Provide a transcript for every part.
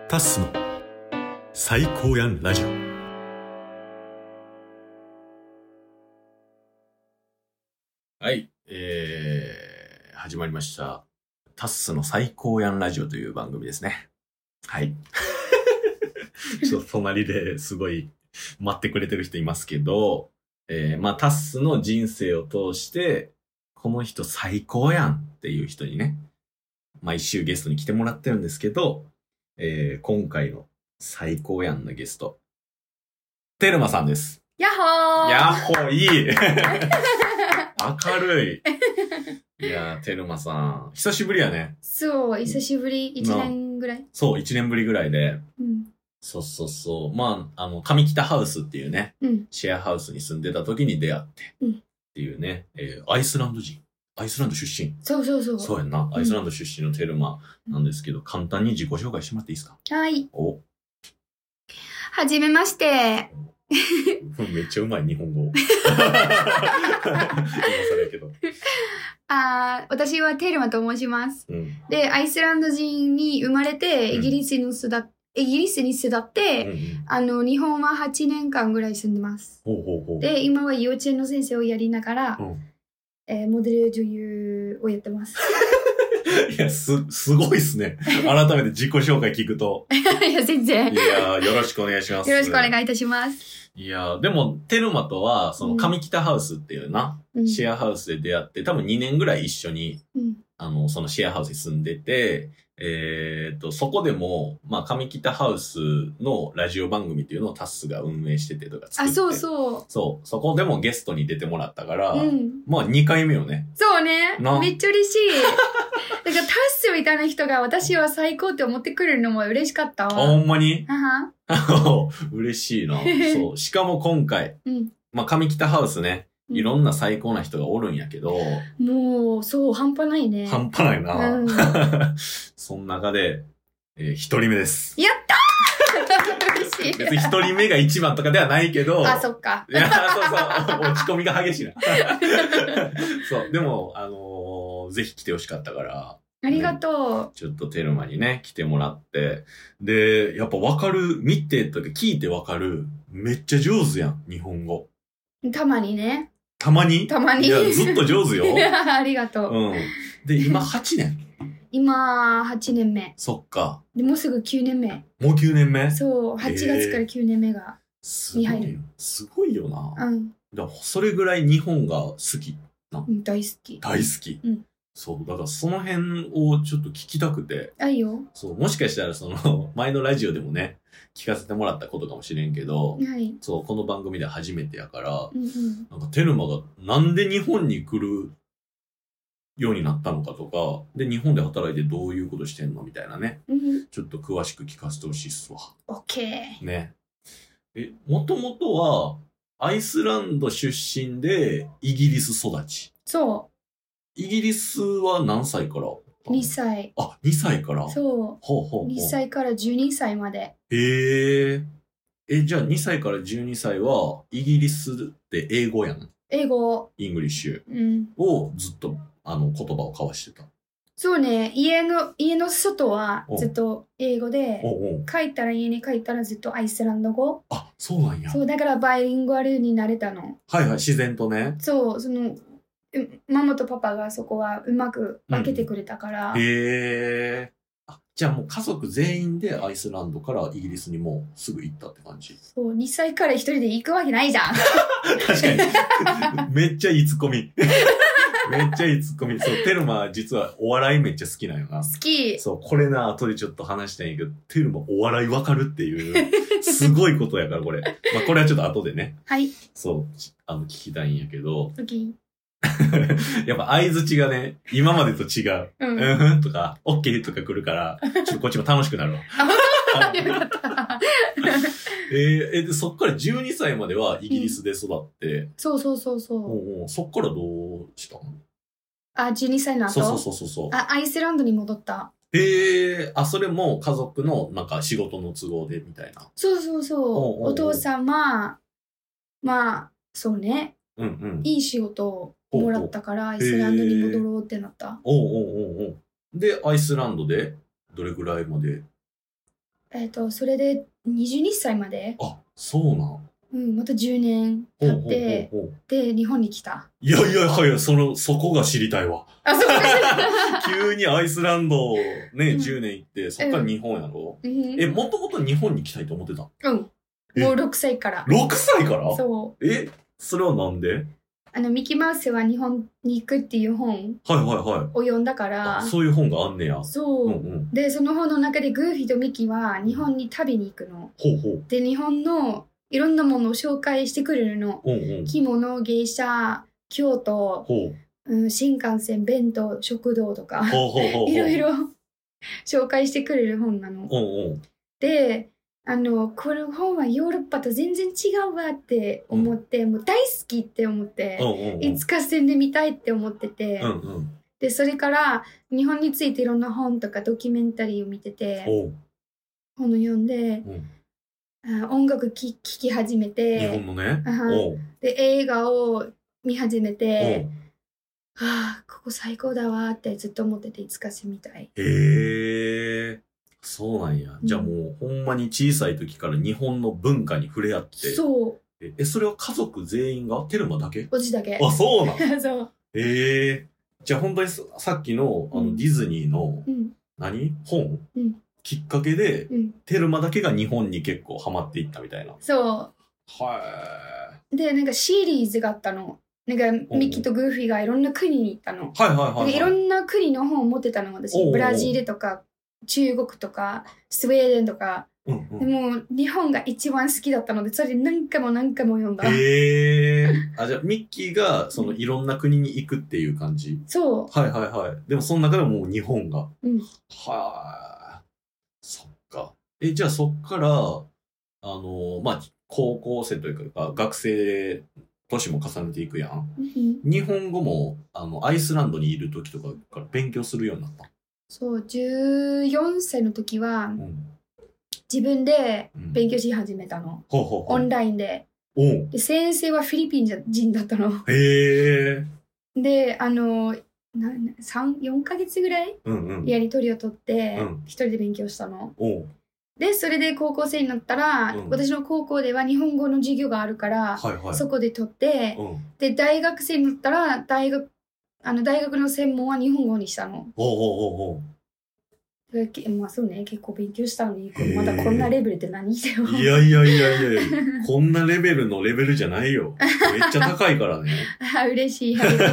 タッスの最高やんラジオ。はい、始まりました。タッスの最高やんラジオという番組ですね。はい。ちょっと隣ですごい待ってくれてる人いますけど、タッスの人生を通して、この人最高やんっていう人にね、毎週ゲストに来てもらってるんですけど、今回の最高やんのゲスト、テルマさんです。 やっほーやっほー、いい明るい。いやー、テルマさん、久しぶりやね。 そう、久しぶり、1年ぐらい。 そう、1年ぶりぐらいで。 うん。 そう。上北ハウスっていうね、 うん、 シェアハウスに住んでた時に出会って、 うん、 っていうね、アイスランド人。アイスランド出身。 そう。 そうやんな。アイスランド出身のテルマなんですけど、簡単に自己紹介してもらっていいですか？ はい。 お。 はじめまして。 めっちゃうまい、日本語。今更やけど。 私はテルマと申します。 うん、 で、アイスランド人に生まれて、イギリスに育って、日本は8年間ぐらい住んでます。で、今は幼稚園の先生をやりながら、モデル女優をやってます。 いや、すごいっすね。改めて自己紹介聞くと。 いや、全然。 いや、よろしくお願いします。 よろしくお願いいたします。 いや、でも、テルマとは、その、上北ハウスっていうな、シェアハウスで出会って、多分2年ぐらい一緒に、そのシェアハウスに住んでて、そこでも、上北ハウスのラジオ番組っていうのをタッスが運営しててとか作って。 そう。 そう。そこでもゲストに出てもらったから、2回目よね。 そうね。めっちゃ嬉しい。だからタッスみたいな人が私は最高って思ってくれるのも嬉しかったわ。 ほんまに？嬉しいな。そう。しかも今回、上北ハウスね、いろんな最高な人がおるんやけど。 もう、そう、半端ないね。 半端ないな。その中で、一人目です。 やったー嬉しい。 別に一人目が一番とかではないけど。 そっか。 いや、そう。落ち込みが激しいな。そう。でも、ぜひ来てほしかったから。 ありがとう。ちょっとテルマにね、来てもらって。で、やっぱ見てとか聞いてわかる。めっちゃ上手やん、日本語。 たまにね。 たまに。 いや、ずっと上手よ。 ありがとう。 で、今8年。 今、8年目。 そっか。 で、もうすぐ9年目。 もう9年目？ そう、8月から9年目が。に入る。 すごいよな。だからそれぐらい日本が好きな。 大好き。 大好き。そう、だからその辺をちょっと聞きたくて。 いいよ。 そう、もしかしたら前のラジオでもね、聞かせてもらったことかもしれんけど、そう、この番組で初めてやから、なんかテルマがなんで日本に来るようになったのかとか、で、日本で働いてどういうことしてんのみたいなね、ちょっと詳しく聞かせてほしいっすわ。 オッケー。 ね。もともとは、アイスランド出身で、イギリス育ち。 そう。 イギリスは何歳から ？2歳。 2歳から？ そう。2歳から12歳まで。 じゃあ2歳から12歳は、イギリスで英語やん。 英語。 イングリッシュ。をずっと、言葉を交わしてた。 そうね。家の外はずっと英語で、家に帰ったらずっとアイスランド語。 そうなんや。 そう、だからバイリンガルになれたの。 はい、自然とね。 そう、ママとパパがそこはうまく分けてくれたから。 じゃあもう家族全員でアイスランドからイギリスにもうすぐ行ったって感じ？ そう、2歳から一人で行くわけないじゃん。 確かに。めっちゃいいツッコミ。めっちゃいいツッコミ。そう、テルマ実はお笑いめっちゃ好きなんよな。 好き。 そう、これな、後でちょっと話したいんやけど、テルマお笑いわかるっていう、すごいことやから、これ。これはちょっと後でね。 はい。 そう、聞きたいんやけど。 OK。 やっぱ相槌がね、今までと違う。とか、OK とか来るから、ちょっとこっちも楽しくなるわ。よかった。で、そっから12歳まではイギリスで育って。そう。そっからどうしたの ？12歳の後？ そう。 アイスランドに戻った。 それも家族のなんか仕事の都合でみたいな。 そう。お父さんは、そうね。いい仕事をもらったから、アイスランドに戻ろうってなった。 で、アイスランドでどれぐらいまで？ それで22歳まで。 あ、そうなん。 うん、また10年経って、で、日本に来た。 いや、そこが知りたいわ。 あ、そこが知りたい。急にアイスランドね、10年行って、そっから日本やろ、もともと日本に来たいと思ってた？ うん。もう6歳から。 6歳から？ そう。 それはなんで？ ミキマウスは日本に行くっていう本を読んだから、 そういう本があんねや。 そう。で、その本の中でグーフィーとミキは日本に旅に行くの。で、日本のいろんなものを紹介してくれるの。着物、芸者、京都、新幹線、弁当、食堂とか、いろいろ紹介してくれる本なの。で、この本はヨーロッパと全然違うわって思って、もう大好きって思って、いつか住んでみたいって思ってて、で、それから日本についていろんな本とかドキュメンタリーを見てて、本を読んで、音楽聴き始めて、 日本のね。 で、映画を見始めて、ここ最高だわってずっと思ってて、いつか住みたい。 そうなんや。じゃあもう、ほんまに小さい時から日本の文化に触れ合って。 そう。 それは家族全員が？テルマだけ？ おじだけ。 あ、そうなんそう。 じゃあ本当にさっきの、ディズニーの、本、きっかけで、テルマだけが日本に結構ハマっていったみたいな。 そう。で、なんかシリーズがあったの。なんかミッキーとグーフィーがいろんな国に行ったの。いろんな国の本を持ってたの、私。ブラジルとか、中国とか、スウェーデンとか。でも、日本が一番好きだったので、それで何回も読んだ。 じゃあ、ミッキーが、いろんな国に行くっていう感じ？ そう。 でも、その中でももう日本が。そっか。じゃあ、そっから、高校生というか、学生、年も重ねていくやん。日本語も、アイスランドにいる時とかから勉強するようになった？ そう、14歳の時は、自分で勉強し始めたの。オンラインで。で、先生はフィリピン人だったの。で、4ヶ月ぐらいやりとりを取って、一人で勉強したの。で、それで高校生になったら、私の高校では日本語の授業があるから、そこで取って、で、大学生になったら、大学の専門は日本語にしたの。まあそうね、結構勉強したのに、まだこんなレベルって何してよ。 いや、こんなレベルのレベルじゃないよ。めっちゃ高いからね。 嬉しい。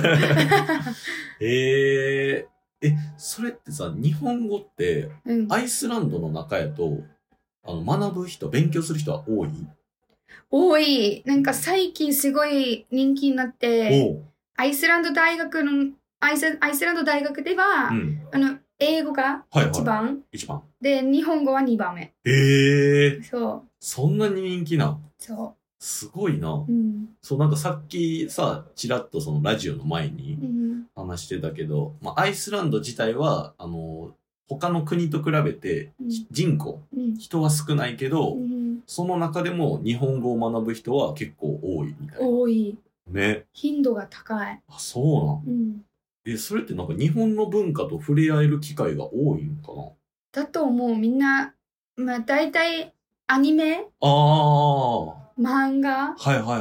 それってさ、日本語って、アイスランドの中やと、学ぶ人、勉強する人は多い？ 多い。なんか最近すごい人気になって、アイスランド大学では、英語が1番。で、日本語は2番目。そう。 そんなに人気な？ そう。 すごいな。そう、なんかさっきさ、ちらっとそのラジオの前に話してたけど、アイスランド自体は、他の国と比べて人口、人は少ないけど、その中でも日本語を学ぶ人は結構多いみたいな。 多い。 ね。 頻度が高い。 あ、そうなん。それってなんか日本の文化と触れ合える機会が多いんかな？ だと思う。みんな、大体アニメ？漫画？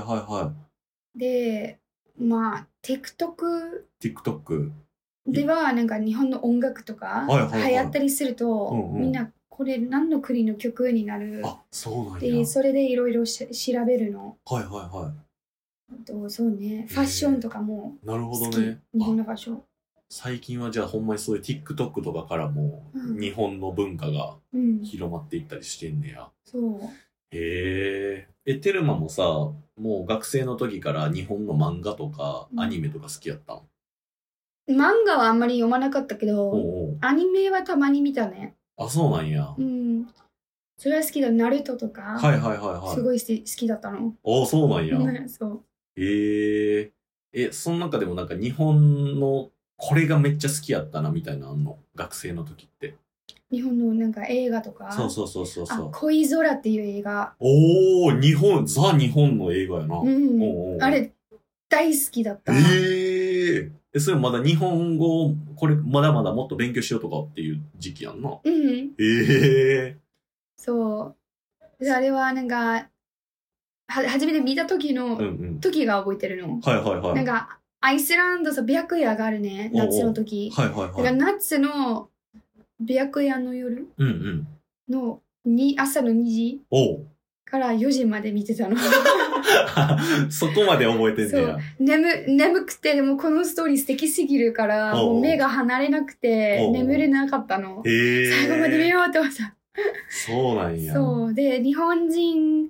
で、TikTok ではなんか日本の音楽とか流行ったりすると、みんなこれ何の国の曲になる？ そうなんや。 で、それでいろいろ調べるの。そうね、ファッションとかも好き。 なるほどね。 日本のファッション。 最近はじゃあほんまにそういう TikTok とかからも日本の文化が広まっていったりしてんねや。 そう。 テルマもさ、もう学生の時から日本の漫画とかアニメとか好きやったん？ 漫画はあんまり読まなかったけど、アニメはたまに見たね。 あ、そうなんや。 それは好きだ。ナルトとか。すごい好きだったの。 そうなんや。 そう。 その中でもなんか日本のこれがめっちゃ好きやったなみたいなのあんの？学生の時って。 日本のなんか映画とか。 そう。 恋空っていう映画。 ザ・日本の映画やな。 あれ、大好きだった。 それまだ日本語、これまだまだもっと勉強しようとかっていう時期やんな。 そであれはなんか、初めて見た時の、時が覚えてるの。 はいはいはい。 なんか、アイスランドさ、白夜があるね。夏の時。 はいはいはい。だから夏の白夜の夜の朝の2時から4時まで見てたの。 そこまで覚えてんねや。 眠くて、でもこのストーリー素敵すぎるから、もう目が離れなくて、眠れなかったの。最後まで見ようと思った。 そうなんや。 そう。で、日本人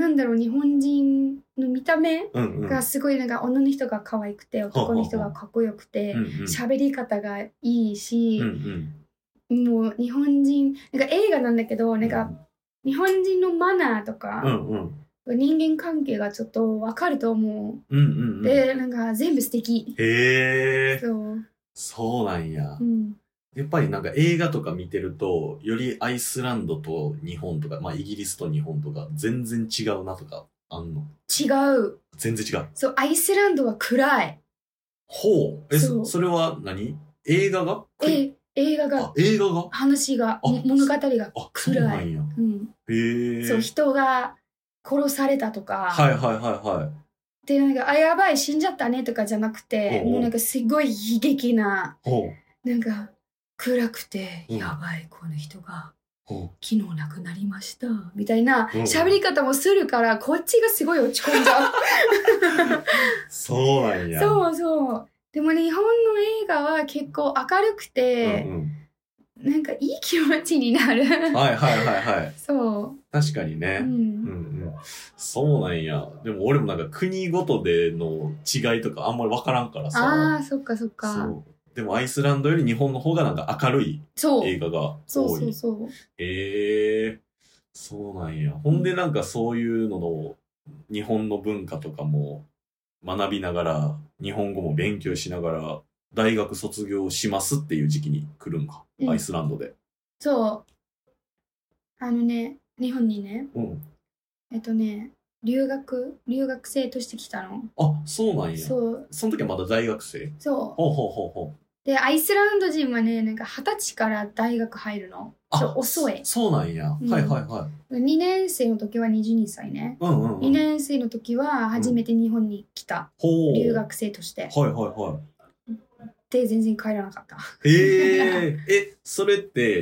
の見た目がすごいなんか女の人が可愛くて、男の人がかっこよくて、喋り方がいいし、もう日本人、なんか映画なんだけど、なんか日本人のマナーとか、人間関係がちょっとわかると思う。で、なんか全部素敵。 へー。そうなんや。やっぱりなんか映画とか見てると、よりアイスランドと日本とか、まあイギリスと日本とか全然違うなとかあんの？ 違う。 全然違う。 そう、アイスランドは暗い。 ほう。それは何？映画が？ 映画が。 映画が？ 話が、物語が暗い。 そうなんや。 そう、人が殺されたとか。 はいはいはいはい。 で、なんか、やばい、死んじゃったねとかじゃなくて、もうなんかすごい悲劇な、なんか、暗くて、やばい、この人が、昨日亡くなりました、みたいな喋り方もするから、こっちがすごい落ち込んじゃう。 そうなんや。 そうそう。でも日本の映画は結構明るくて、なんかいい気持ちになる。はいはいはいはい。 そう。 確かにね。そうなんや。でも俺もなんか国ごとでの違いとかあんまりわからんからさ。 ああ、そっかそっか。そう。 でもアイスランドより日本の方がなんか明るい映画が多い。 そう。 そうなんや。ほんでなんかそういうのの日本の文化とかも学びながら、日本語も勉強しながら、大学卒業しますっていう時期に来るんか。アイスランドで。 そう。日本にね。留学生として来たの。 あ、そうなんや。 そう。 その時はまだ大学生？ そう。 ほう。 で、アイスランド人はね、なんか20歳から大学入るの。遅い。 そうなんや。はいはいはい。 2年生の時は22歳ね。2年生の時は初めて日本に来た。留学生として。 はいはいはい。 で、全然帰らなかった。 それって、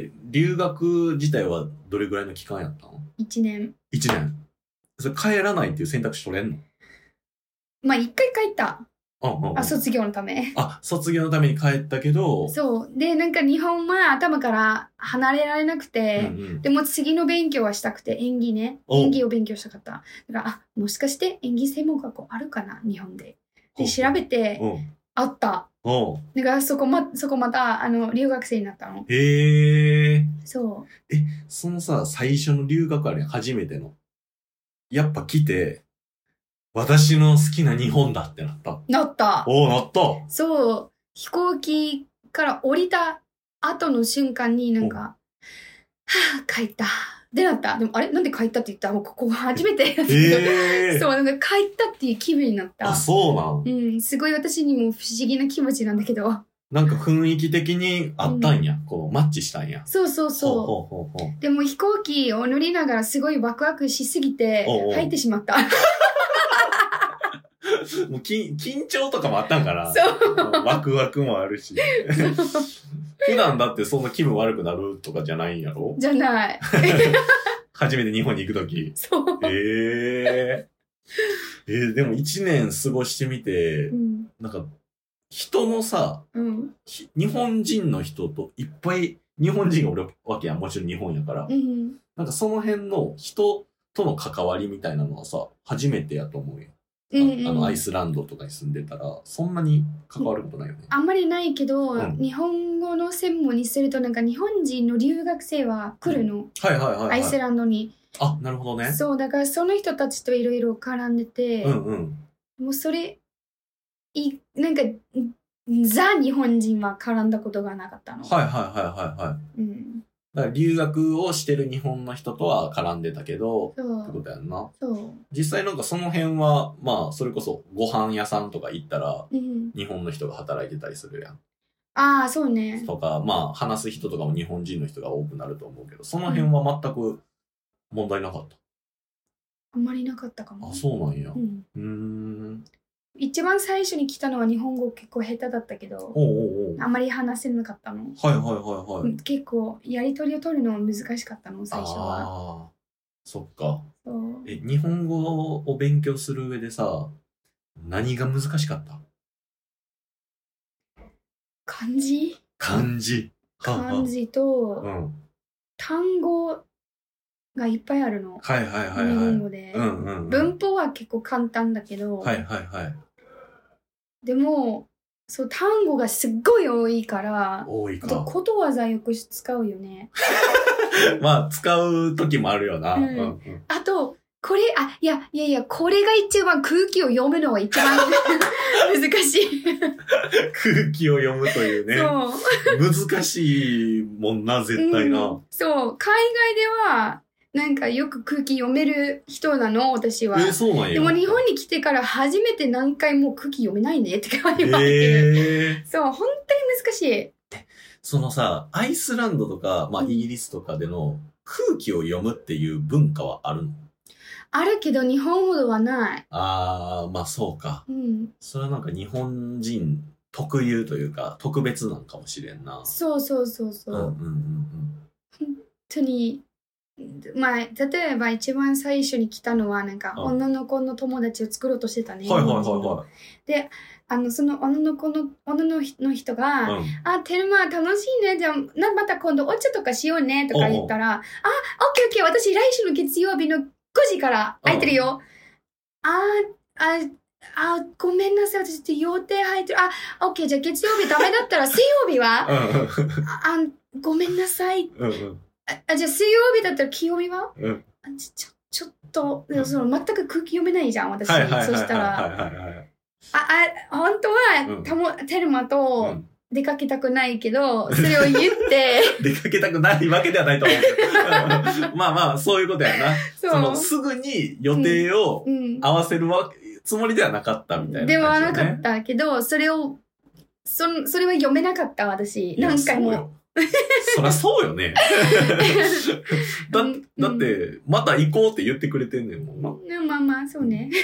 留学自体はどれぐらいの期間やったの？ 1年。 1年。それ帰らないっていう選択肢取れんの？ まあ、1回帰った。卒業のため。 卒業のために帰ったけど。 そう。で、なんか日本は頭から離れられなくて、でも次の勉強はしたくて、演技ね。演技を勉強したかった。だから、もしかして演技専門学校あるかな日本で。で、調べて、あった。だからそこまた、留学生になったの。そう。 そのさ、最初の留学あれ、初めての。やっぱ来て、私の好きな日本だってなった。 なった。 なった。 そう。飛行機から降りた後の瞬間になんか、帰った。でなった。でも、あれなんで帰ったって言ったら、ここ初めて。そう、なんか帰ったっていう気分になった。 そうなん？ すごい私にも不思議な気持ちなんだけど。 なんか雰囲気的にあったんや。こう、マッチしたんや。 そう。でも飛行機を乗りながらすごいワクワクしすぎて、入ってしまった。 もう緊張とかもあったんかな。 そう。 ワクワクもあるし。普段だってそんな気分悪くなるとかじゃないんやろ？ じゃない。 初めて日本に行くとき。 そう。 でも1年過ごしてみて、なんか、人のさ、日本人の人といっぱい日本人がおるわけやん。もちろん日本やから。なんかその辺の人との関わりみたいなのはさ、初めてやと思うよ。アイスランドとかに住んでたら、そんなに関わることないよね。 あんまりないけど、日本語の専門にすると、なんか日本人の留学生は来るの。アイスランドに。 なるほどね。 そう、だからその人たちといろいろ絡んでて、もうそれ、なんか、ザ日本人は絡んだことがなかったの。 だから留学をしてる日本の人とは絡んでたけど、ってことやんな。実際なんかその辺は、まあ、それこそご飯屋さんとか行ったら、日本の人が働いてたりするやん。 ああ、そうね。 とか、まあ、話す人とかも日本人の人が多くなると思うけど、その辺は全く問題なかった。 あんまりなかったかも。 あ、そうなんや。 一番最初に来たのは日本語結構下手だったけど、あんまり話せなかったの。結構やり取りを取るのは難しかったの、最初は。 そっか。日本語を勉強する上でさ、何が難しかった？ 漢字と、単語がいっぱいあるの。日本語で。文法は結構簡単だけど、でも、単語がすっごい多いから、あとことわざよく使うよね。 まあ、使う時もあるよな。 あと、これが一番空気を読むのが一番難しい。 空気を読むというね。難しいもんな、絶対な。 海外では、なんかよく空気読める人なの、私は。 そうなんや。 でも日本に来てから初めて何回も空気読めないねって言われてる。本当に難しい。 そのさ、アイスランドとか、まあイギリスとかでの空気を読むっていう文化はあるの？ あるけど日本ほどはない。 まあそうか。それはなんか日本人特有というか、特別なんかもしれんな。 そう。本当に。まあ、例えば一番最初に来たのは、なんか、女の子の友達を作ろうとしてたね。で、その女の人が、テルマ楽しいね。じゃあ、また今度お茶とかしようね。とか言ったら、オッケー。私来週の月曜日の5時から空いてるよ。ごめんなさい。私予定入ってる。オッケー。じゃあ月曜日ダメだったら水曜日はごめんなさい。じゃあ水曜日だったら金曜日はちょっと、全く空気読めないじゃん、私。そしたら。本当は、テルマと出かけたくないけど、それを言って。 出かけたくないわけではないと思うけど。まあ、そういうことやな。すぐに予定を合わせるつもりではなかったみたいな。 ではなかったけど、それは読めなかった、私。何回も。 そりゃそうよね。だって、また行こうって言ってくれてんねんもんな。 まあ、そうね。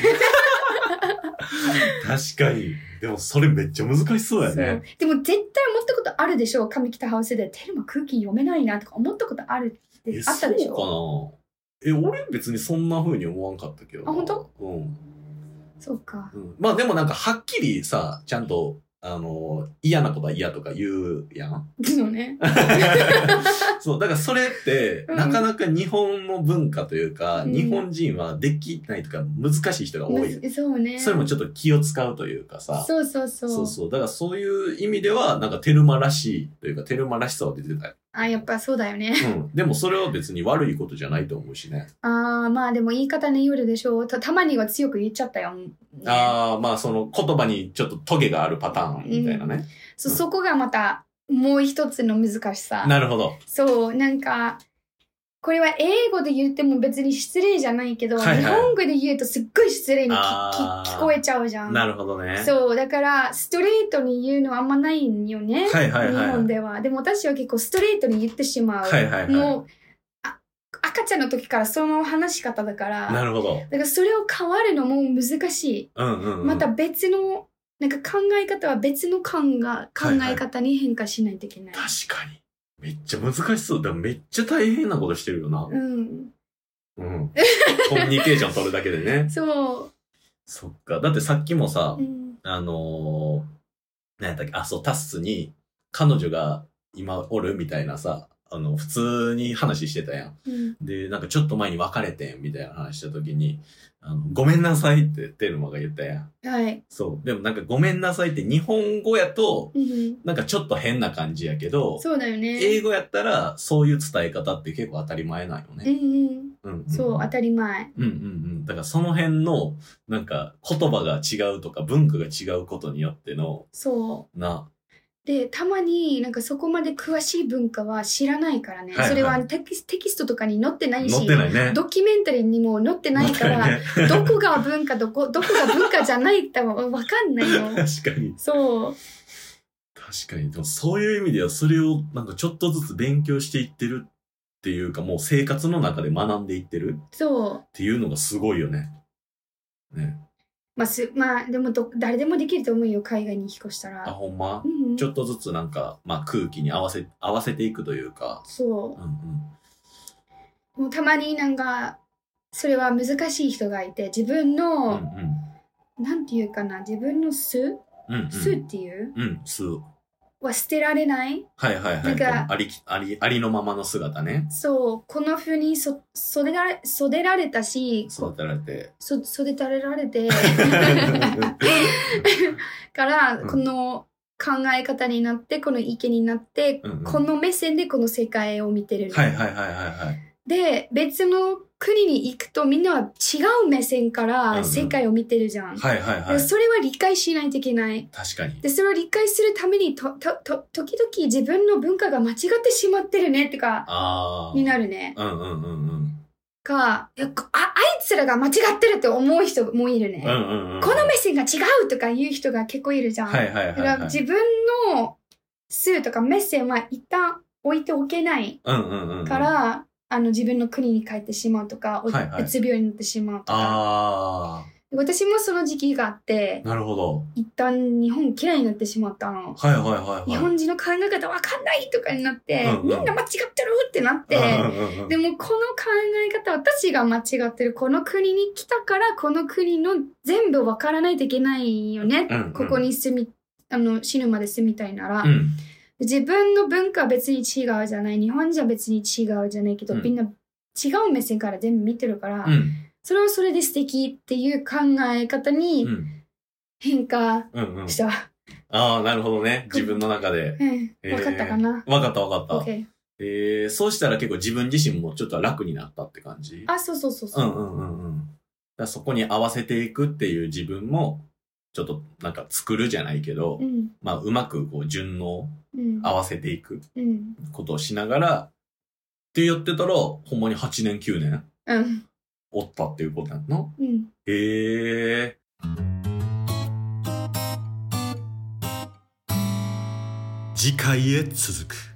確かに。でもそれめっちゃ難しそうやね。 でも絶対思ったことあるでしょ。上北ハウスで。テルマ空気読めないなとか思ったことあったでしょ。 そうかな。俺別にそんな風に思わんかったけど。 本当？そうか。 まあでもなんかはっきりさ、ちゃんと、嫌なことは嫌とか言うやん。 そうね。 そう、だからそれって、なかなか日本の文化というか、日本人はできないとか難しい人が多い。 そうね。 それもちょっと気を使うというかさ。 そう。 だからそういう意味では、なんかテルマらしいというか、テルマらしさは出てたよ。 やっぱそうだよね。 でもそれは別に悪いことじゃないと思うしね。 まあでも言い方によるでしょう。たまには強く言っちゃったよ。 まあその言葉にちょっとトゲがあるパターンみたいなね。 そこがまたもう一つの難しさ。 なるほど。 そう、なんか、これは英語で言っても別に失礼じゃないけど、日本語で言うとすっごい失礼に聞こえちゃうじゃん。 なるほどね。 そう、だからストレートに言うのはあんまないんよね。日本では。でも私は結構ストレートに言ってしまう。もう、赤ちゃんの時からその話し方だから。 なるほど。 だからそれを変わるのも難しい。また別の、なんか考え方は別の考え方に変化しないといけない。 確かに。めっちゃ難しそう。でもめっちゃ大変なことしてるよな。コミュニケーション取るだけでね。 そう。 そっか。だってさっきもさ、何やったっけ、タッスに彼女が今おるみたいなさ、普通に話してたやん。で、なんかちょっと前に別れてんみたいな話した時に、ごめんなさいってテルマが言ったやん。 はい。 そう。でもなんかごめんなさいって日本語やと、なんかちょっと変な感じやけど、 そうだよね。 英語やったらそういう伝え方って結構当たり前なんよね。 そう、当たり前。 だからその辺の、なんか言葉が違うとか文化が違うことによっての、 そう。 で、 たまになんかそこまで詳しい文化は知らないからね。それはテキストとかに載ってないし、 載ってないね、 ドキュメンタリーにも載ってないから、どこが文化、どこが文化じゃないってわかんないよ。 確かに。 そう。 確かに。でもそういう意味ではそれをなんかちょっとずつ勉強していってるていうかもう生活の中で学んでいってるっていうのがすごいよね。ね。 まあでも誰でもできると思うよ、海外に引っ越したら。 あ、ほんま、ちょっとずつなんか、まあ空気に合わせていくというか。 そう。もうたまになんか、それは難しい人がいて、自分の、なんていうかな、自分の素っていう素。 は捨てられない。 はいはいはい。なんかありのままの姿ね。 そう、この風に育てられたし、 育てられて。 育てられて。から、この考え方になって、この意見になって、この目線でこの世界を見てる。 はいはいはいはい。 で、別の国に行くとみんなは違う目線から世界を見てるじゃん。 はいはいはい。 それは理解しないといけない。 確かに。 で、それを理解するために時々自分の文化が間違ってしまってるねってか、になるね。あいつらが間違ってるって思う人もいるね。この目線が違うとか言う人が結構いるじゃん。だから自分の数とか目線は一旦置いておけないから、自分の国に帰ってしまうとか、うつ病になってしまうとか。私もその時期があって、 なるほど。 一旦日本嫌いになってしまったの。日本人の考え方わかんないとかになって、みんな間違ってるってなって、でもこの考え方、私が間違ってる。この国に来たから、この国の全部わからないといけないよね。ここに死ぬまで住みたいなら。自分の文化は別に違うじゃない。日本人は別に違うじゃないけど、みんな違う目線から全部見てるから、それはそれで素敵っていう考え方に変化した。 なるほどね。自分の中で。 分かったかな？ 分かった分かった。そうしたら結構自分自身もちょっと楽になったって感じ？ そう。 だそこに合わせていくっていう自分も、ちょっとなんか作るじゃないけど、まあうまくこう順応合わせていくことをしながら、って言ってたら、ほんまに8年9年おったっていうことなの？次回へ続く。